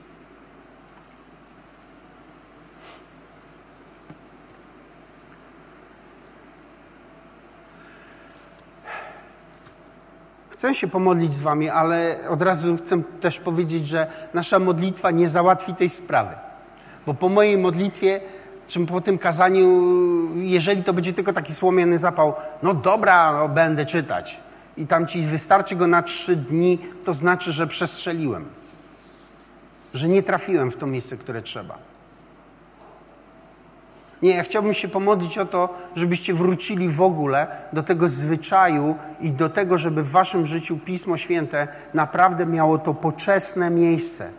Chcę się pomodlić z wami, ale od razu chcę też powiedzieć, że nasza modlitwa nie załatwi tej sprawy. Bo po mojej modlitwie, czy po tym kazaniu, jeżeli to będzie tylko taki słomiany zapał, no dobra, no będę czytać. I tam ci wystarczy go na 3 dni, to znaczy, że przestrzeliłem. Że nie trafiłem w to miejsce, które trzeba. Nie, ja chciałbym się pomodlić o to, żebyście wrócili w ogóle do tego zwyczaju i do tego, żeby w waszym życiu Pismo Święte naprawdę miało to poczesne miejsce.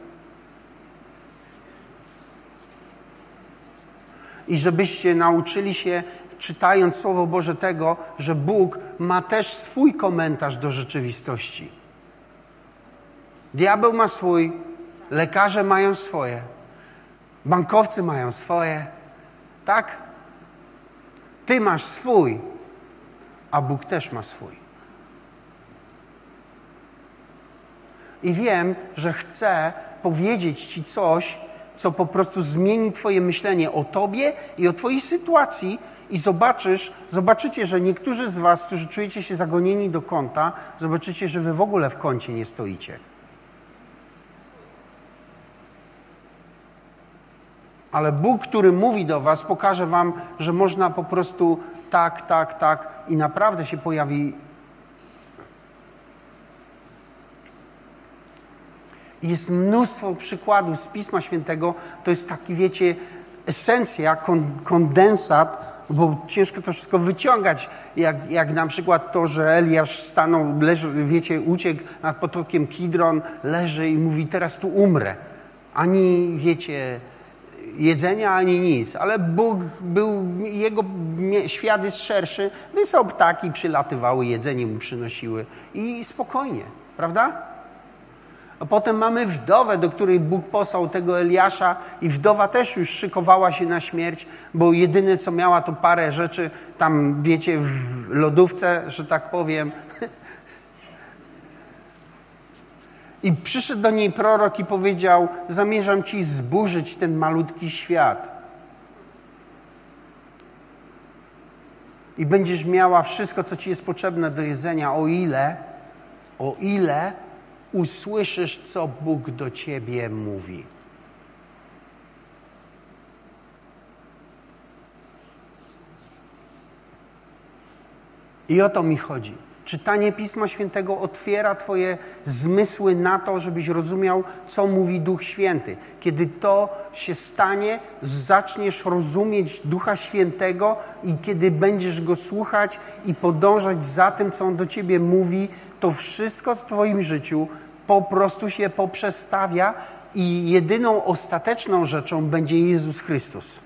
I żebyście nauczyli się, czytając Słowo Boże, tego, że Bóg ma też swój komentarz do rzeczywistości. Diabeł ma swój, lekarze mają swoje, bankowcy mają swoje. Tak? Ty masz swój, a Bóg też ma swój. I wiem, że chcę powiedzieć Ci coś, co po prostu zmieni Twoje myślenie o Tobie i o Twojej sytuacji i zobaczycie, że niektórzy z Was, którzy czujecie się zagonieni do kąta, zobaczycie, że Wy w ogóle w kącie nie stoicie. Ale Bóg, który mówi do Was, pokaże Wam, że można po prostu tak i naprawdę się pojawi. Jest mnóstwo przykładów z Pisma Świętego. To jest taki, wiecie, esencja, kondensat, bo ciężko to wszystko wyciągać. Jak na przykład to, że Eliasz stanął, wiecie, uciekł nad potokiem Kidron, leży i mówi, teraz tu umrę. Ani, wiecie, jedzenia, ani nic. Ale Bóg jego świat jest szerszy. Wysał ptaki, przylatywały, jedzenie mu przynosiły. I spokojnie, prawda? A potem mamy wdowę, do której Bóg posłał tego Eliasza i wdowa też już szykowała się na śmierć, bo jedyne co miała to parę rzeczy tam, wiecie, w lodówce, że tak powiem. I przyszedł do niej prorok i powiedział, zamierzam ci zburzyć ten malutki świat. I będziesz miała wszystko, co ci jest potrzebne do jedzenia, o ile usłyszysz, co Bóg do ciebie mówi. I o to mi chodzi. Czytanie Pisma Świętego otwiera twoje zmysły na to, żebyś rozumiał, co mówi Duch Święty. Kiedy to się stanie, zaczniesz rozumieć Ducha Świętego i kiedy będziesz Go słuchać i podążać za tym, co On do ciebie mówi, to wszystko w twoim życiu po prostu się poprzestawia i jedyną ostateczną rzeczą będzie Jezus Chrystus.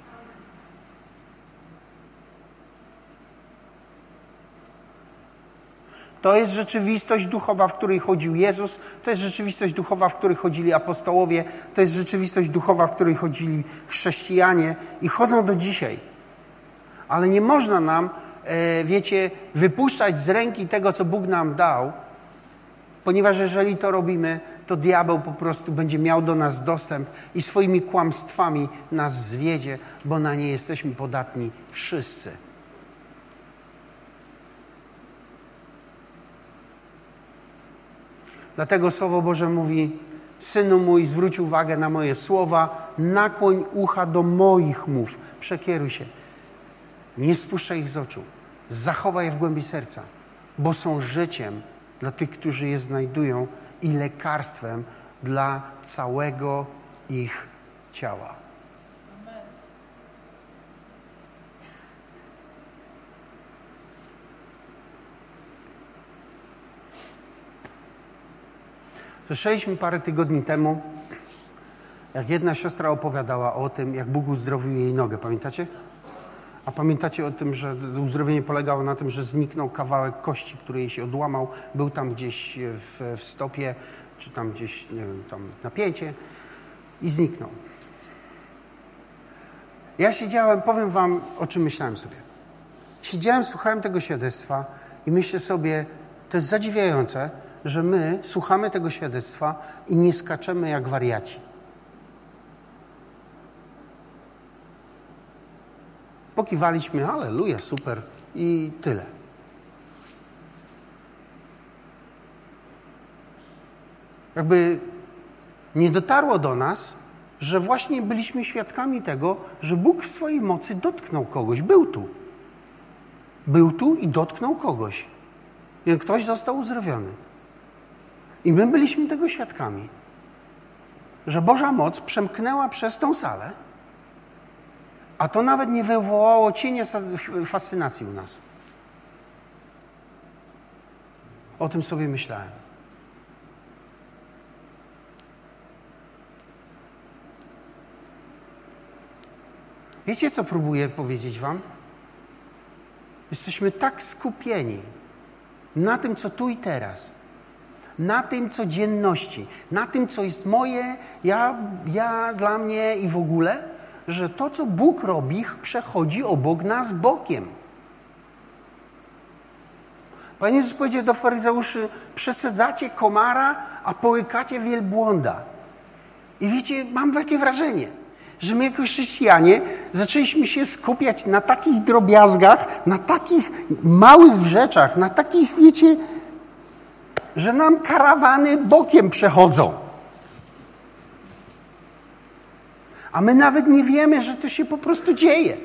To jest rzeczywistość duchowa, w której chodził Jezus. To jest rzeczywistość duchowa, w której chodzili apostołowie. To jest rzeczywistość duchowa, w której chodzili chrześcijanie i chodzą do dzisiaj. Ale nie można nam, wiecie, wypuszczać z ręki tego, co Bóg nam dał, ponieważ jeżeli to robimy, to diabeł po prostu będzie miał do nas dostęp i swoimi kłamstwami nas zwiedzie, bo na nie jesteśmy podatni wszyscy. Dlatego Słowo Boże mówi, Synu mój, zwróć uwagę na moje słowa, nakłoń ucha do moich mów, przekieruj się. Nie spuszczaj ich z oczu, zachowaj je w głębi serca, bo są życiem dla tych, którzy je znajdują i lekarstwem dla całego ich ciała. Słyszeliśmy parę tygodni temu, jak jedna siostra opowiadała o tym, jak Bóg uzdrowił jej nogę. Pamiętacie? A pamiętacie o tym, że uzdrowienie polegało na tym, że zniknął kawałek kości, który jej się odłamał, był tam gdzieś w stopie, czy tam gdzieś, nie wiem, tam napięcie i zniknął. Ja siedziałem, powiem wam, o czym myślałem sobie. Siedziałem, słuchałem tego świadectwa i myślę sobie, to jest zadziwiające, że my słuchamy tego świadectwa i nie skaczemy jak wariaci. Pokiwaliśmy, halleluja, super i tyle. Jakby nie dotarło do nas, że właśnie byliśmy świadkami tego, że Bóg w swojej mocy dotknął kogoś. Był tu. Był tu i dotknął kogoś. I ktoś został uzdrowiony. I my byliśmy tego świadkami, że Boża moc przemknęła przez tą salę, a to nawet nie wywołało cienia fascynacji u nas. O tym sobie myślałem. Wiecie, co próbuję powiedzieć wam? Jesteśmy tak skupieni na tym, co tu i teraz, na tym codzienności, na tym, co jest moje, ja dla mnie i w ogóle, że to, co Bóg robi, przechodzi obok nas bokiem. Pan Jezus powiedział do faryzeuszy, przesadzacie komara, a połykacie wielbłąda. I wiecie, mam takie wrażenie, że my jako chrześcijanie zaczęliśmy się skupiać na takich drobiazgach, na takich małych rzeczach, na takich, wiecie, że nam karawany bokiem przechodzą. A my nawet nie wiemy, że to się po prostu dzieje.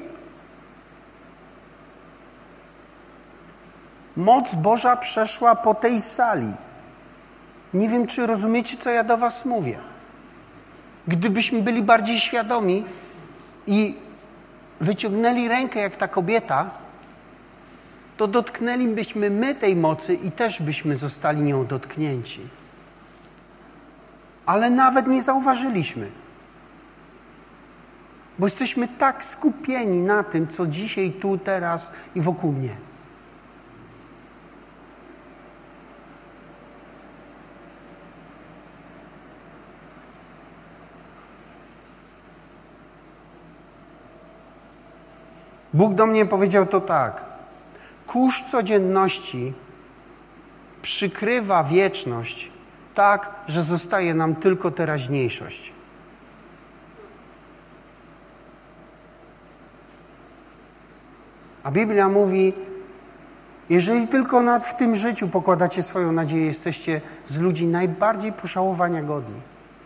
Moc Boża przeszła po tej sali. Nie wiem, czy rozumiecie, co ja do was mówię. Gdybyśmy byli bardziej świadomi i wyciągnęli rękę jak ta kobieta, to dotknęlibyśmy my tej mocy i też byśmy zostali nią dotknięci. Ale nawet nie zauważyliśmy. Bo jesteśmy tak skupieni na tym, co dzisiaj, tu, teraz i wokół mnie. Bóg do mnie powiedział to tak. Kurz codzienności przykrywa wieczność tak, że zostaje nam tylko teraźniejszość. A Biblia mówi, jeżeli tylko w tym życiu pokładacie swoją nadzieję, jesteście z ludzi najbardziej pożałowania godni.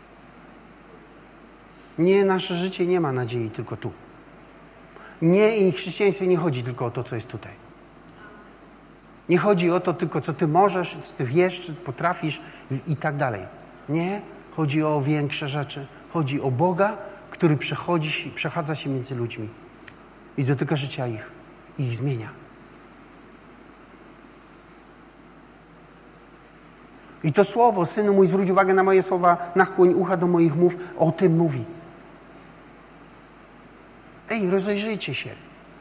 Nie, nasze życie nie ma nadziei tylko tu. Nie, i w chrześcijaństwie nie chodzi tylko o to, co jest tutaj. Nie chodzi o to tylko, co ty możesz, co ty wiesz, czy potrafisz i tak dalej. Nie, chodzi o większe rzeczy. Chodzi o Boga, który przechadza się między ludźmi i dotyka życia ich i ich zmienia. I to słowo, Synu mój, zwróć uwagę na moje słowa, nachłoń ucha do moich mów, o tym mówi. Ej, rozejrzyjcie się.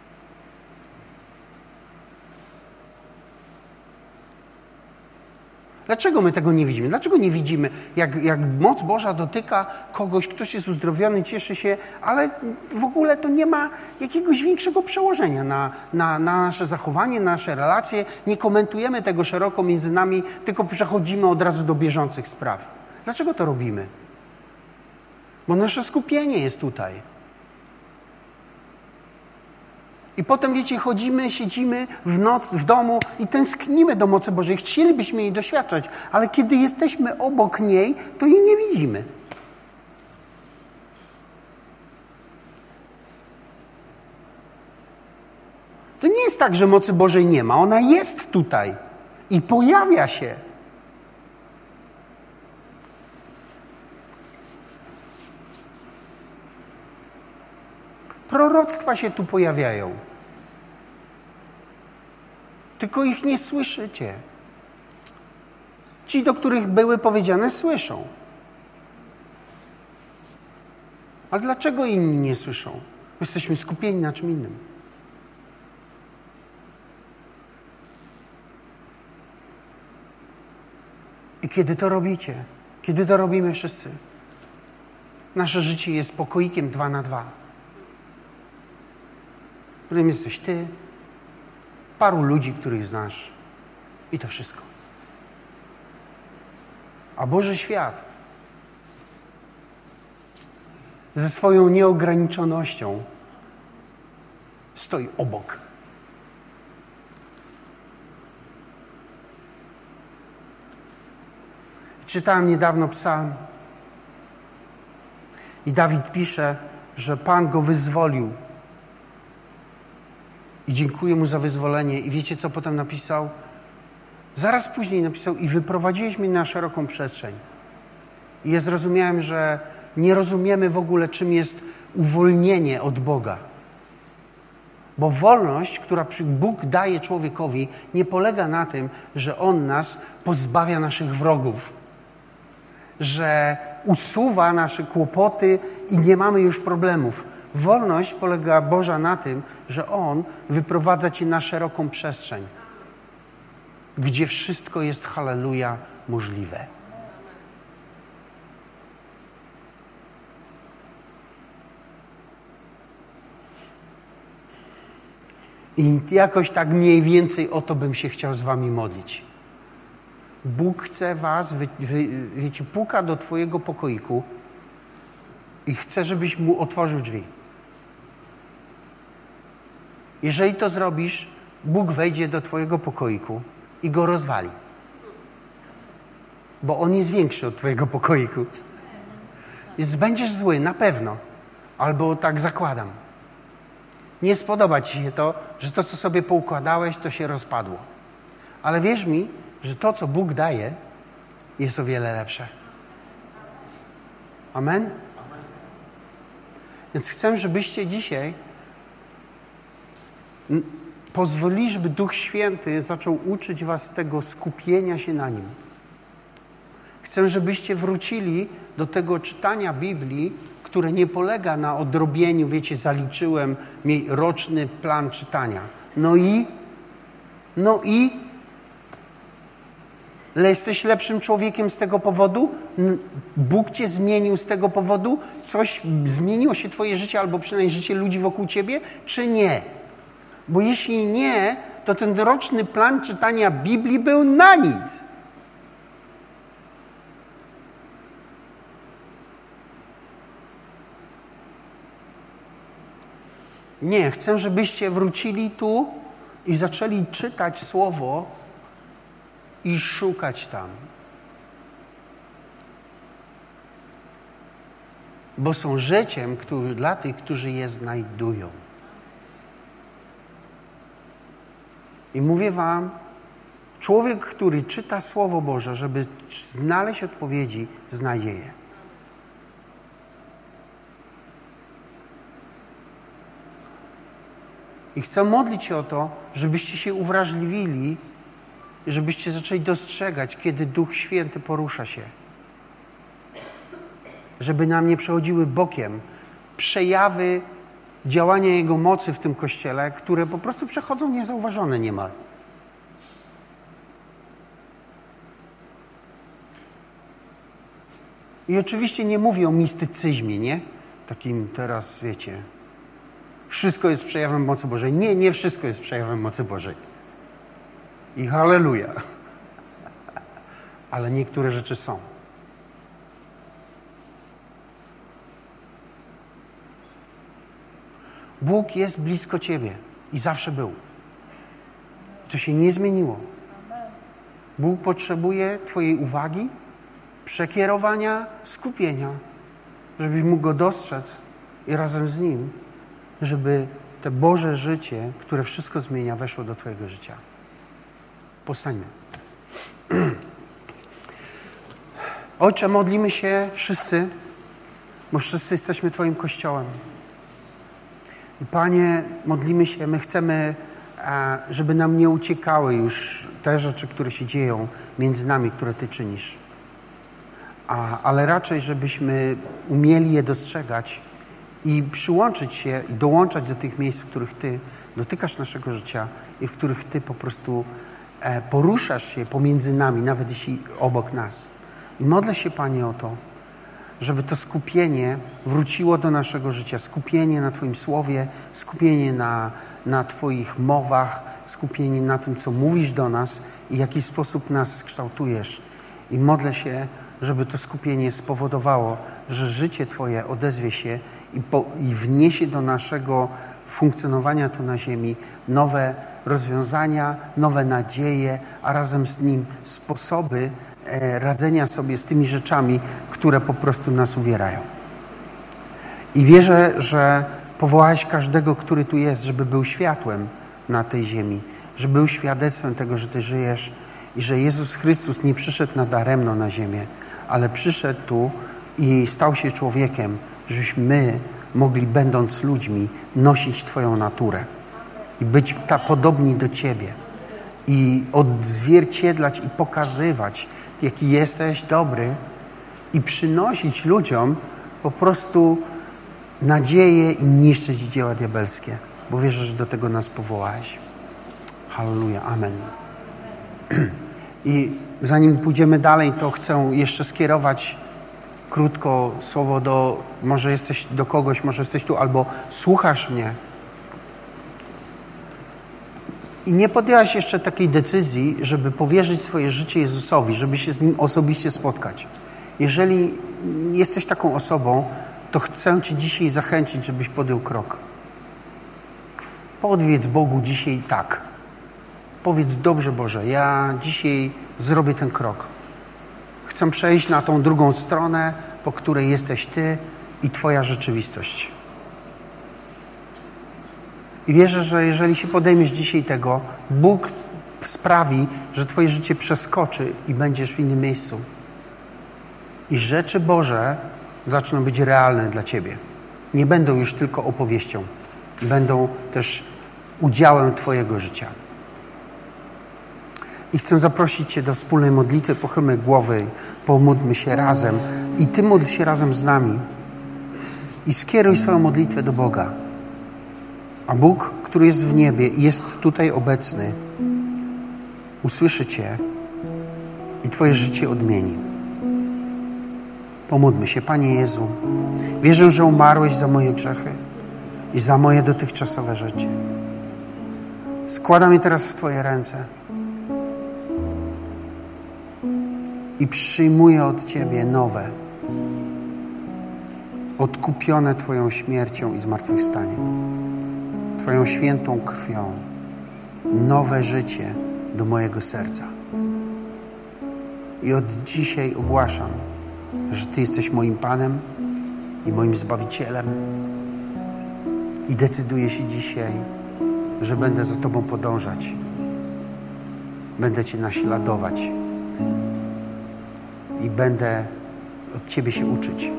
Dlaczego my tego nie widzimy? Dlaczego nie widzimy, jak moc Boża dotyka kogoś, ktoś jest uzdrowiony, cieszy się, ale w ogóle to nie ma jakiegoś większego przełożenia na nasze zachowanie, na nasze relacje. Nie komentujemy tego szeroko między nami, tylko przechodzimy od razu do bieżących spraw. Dlaczego to robimy? Bo nasze skupienie jest tutaj. I potem, wiecie, chodzimy, siedzimy w domu i tęsknimy do mocy Bożej. Chcielibyśmy jej doświadczać, ale kiedy jesteśmy obok niej, to jej nie widzimy. To nie jest tak, że mocy Bożej nie ma. Ona jest tutaj i pojawia się. Proroctwa się tu pojawiają. Tylko ich nie słyszycie. Ci, do których były powiedziane, słyszą. Ale dlaczego inni nie słyszą? Jesteśmy skupieni na czym innym. I kiedy to robicie, kiedy to robimy wszyscy, nasze życie jest pokoikiem 2x2. Którym jesteś ty, paru ludzi, których znasz i to wszystko. A Boży świat ze swoją nieograniczonością stoi obok. Czytałem niedawno psalm i Dawid pisze, że Pan go wyzwolił. I dziękuję mu za wyzwolenie. I wiecie, co potem napisał? Zaraz później napisał, i wyprowadziłeś mnie na szeroką przestrzeń. I ja zrozumiałem, że nie rozumiemy w ogóle, czym jest uwolnienie od Boga. Bo wolność, którą Bóg daje człowiekowi, nie polega na tym, że On nas pozbawia naszych wrogów, że usuwa nasze kłopoty i nie mamy już problemów. Wolność polega Boża na tym, że On wyprowadza cię na szeroką przestrzeń, gdzie wszystko jest, halleluja, możliwe. I jakoś tak mniej więcej o to bym się chciał z wami modlić. Bóg chce was, wiecie, puka do twojego pokoiku i chce, żebyś mu otworzył drzwi. Jeżeli to zrobisz, Bóg wejdzie do twojego pokoiku i go rozwali. Bo on jest większy od twojego pokoiku. Więc będziesz zły, na pewno. Albo tak zakładam. Nie spodoba ci się to, że to, co sobie poukładałeś, to się rozpadło. Ale wierz mi, że to, co Bóg daje, jest o wiele lepsze. Amen? Więc chcę, żebyście dzisiaj pozwolili, żeby Duch Święty zaczął uczyć was tego skupienia się na Nim. Chcę, żebyście wrócili do tego czytania Biblii, które nie polega na odrobieniu, wiecie, zaliczyłem roczny plan czytania. No i? Ale jesteś lepszym człowiekiem z tego powodu? Bóg cię zmienił z tego powodu? Coś zmieniło się twoje życie, albo przynajmniej życie ludzi wokół ciebie? Czy nie? Bo jeśli nie, to ten roczny plan czytania Biblii był na nic. Nie, chcę, żebyście wrócili tu i zaczęli czytać Słowo i szukać tam. Bo są życiem dla tych, którzy je znajdują. I mówię wam, człowiek, który czyta Słowo Boże, żeby znaleźć odpowiedzi, znajdzie je. I chcę modlić się o to, żebyście się uwrażliwili i żebyście zaczęli dostrzegać, kiedy Duch Święty porusza się. Żeby nam nie przechodziły bokiem przejawy działania Jego mocy w tym Kościele, które po prostu przechodzą niezauważone niemal. I oczywiście nie mówię o mistycyzmie, nie? Takim teraz, wiecie, wszystko jest przejawem mocy Bożej. Nie, nie wszystko jest przejawem mocy Bożej. I halleluja. Ale niektóre rzeczy są. Bóg jest blisko ciebie i zawsze był. To się nie zmieniło. Bóg potrzebuje twojej uwagi, przekierowania, skupienia, żebyś mógł Go dostrzec i razem z Nim, żeby to Boże życie, które wszystko zmienia, weszło do twojego życia. Powstańmy. Ojcze, modlimy się wszyscy, bo wszyscy jesteśmy Twoim Kościołem. I Panie, modlimy się, my chcemy, żeby nam nie uciekały już te rzeczy, które się dzieją między nami, które Ty czynisz. Ale raczej, żebyśmy umieli je dostrzegać i przyłączyć się i dołączać do tych miejsc, w których Ty dotykasz naszego życia i w których Ty po prostu poruszasz się pomiędzy nami, nawet jeśli obok nas. I modlę się, Panie, o to, żeby to skupienie wróciło do naszego życia. Skupienie na Twoim Słowie, skupienie na Twoich mowach, skupienie na tym, co mówisz do nas i w jaki sposób nas kształtujesz. I modlę się, żeby to skupienie spowodowało, że życie Twoje odezwie się i wniesie do naszego funkcjonowania tu na ziemi nowe rozwiązania, nowe nadzieje, a razem z nim sposoby radzenia sobie z tymi rzeczami, które po prostu nas uwierają. I wierzę, że powołałeś każdego, który tu jest, żeby był światłem na tej ziemi, żeby był świadectwem tego, że Ty żyjesz i że Jezus Chrystus nie przyszedł nadaremno na ziemię, ale przyszedł tu i stał się człowiekiem, żebyśmy my mogli, będąc ludźmi, nosić Twoją naturę i być podobni do Ciebie i odzwierciedlać i pokazywać, jaki jesteś dobry i przynosić ludziom po prostu nadzieję i niszczyć dzieła diabelskie, bo wierzę, że do tego nas powołałeś. Halleluja, amen. I zanim pójdziemy dalej, to chcę jeszcze skierować krótko słowo może jesteś do kogoś, może jesteś tu, albo słuchasz mnie i nie podjęłaś jeszcze takiej decyzji, żeby powierzyć swoje życie Jezusowi, żeby się z Nim osobiście spotkać. Jeżeli jesteś taką osobą, to chcę Cię dzisiaj zachęcić, żebyś podjął krok. Powiedz Bogu dzisiaj tak. Powiedz: dobrze Boże, ja dzisiaj zrobię ten krok. Chcę przejść na tą drugą stronę, po której jesteś Ty i Twoja rzeczywistość. I wierzę, że jeżeli się podejmiesz dzisiaj tego, Bóg sprawi, że Twoje życie przeskoczy i będziesz w innym miejscu. I rzeczy Boże zaczną być realne dla Ciebie. Nie będą już tylko opowieścią. Będą też udziałem Twojego życia. I chcę zaprosić Cię do wspólnej modlitwy. Pochylmy głowy, pomódlmy się razem. I Ty módl się razem z nami. I skieruj swoją modlitwę do Boga. A Bóg, który jest w niebie i jest tutaj obecny, usłyszy Cię i Twoje życie odmieni. Pomódlmy się. Panie Jezu, wierzę, że umarłeś za moje grzechy i za moje dotychczasowe życie. Składam je teraz w Twoje ręce i przyjmuję od Ciebie nowe, odkupione Twoją śmiercią i zmartwychwstaniem, Twoją świętą krwią, nowe życie do mojego serca. I od dzisiaj ogłaszam, że Ty jesteś moim Panem i moim Zbawicielem. I decyduję się dzisiaj, że będę za Tobą podążać. Będę Cię naśladować. I będę od Ciebie się uczyć.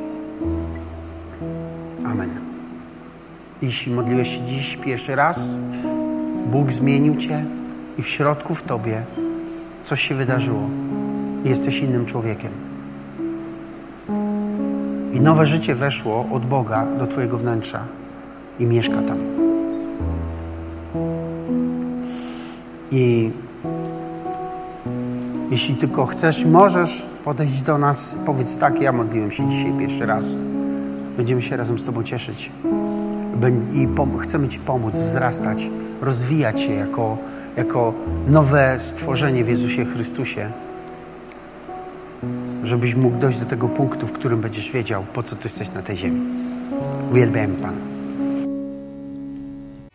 Amen. Jeśli modliłeś się dziś pierwszy raz, Bóg zmienił Cię i w środku w Tobie coś się wydarzyło. Jesteś innym człowiekiem. I nowe życie weszło od Boga do Twojego wnętrza i mieszka tam. I jeśli tylko chcesz, możesz podejść do nas, powiedz: tak, ja modliłem się dzisiaj pierwszy raz. Będziemy się razem z Tobą cieszyć. I chcemy Ci pomóc wzrastać, rozwijać się jako nowe stworzenie w Jezusie Chrystusie. Żebyś mógł dojść do tego punktu, w którym będziesz wiedział, po co Ty jesteś na tej ziemi. Uwielbiamy Pana.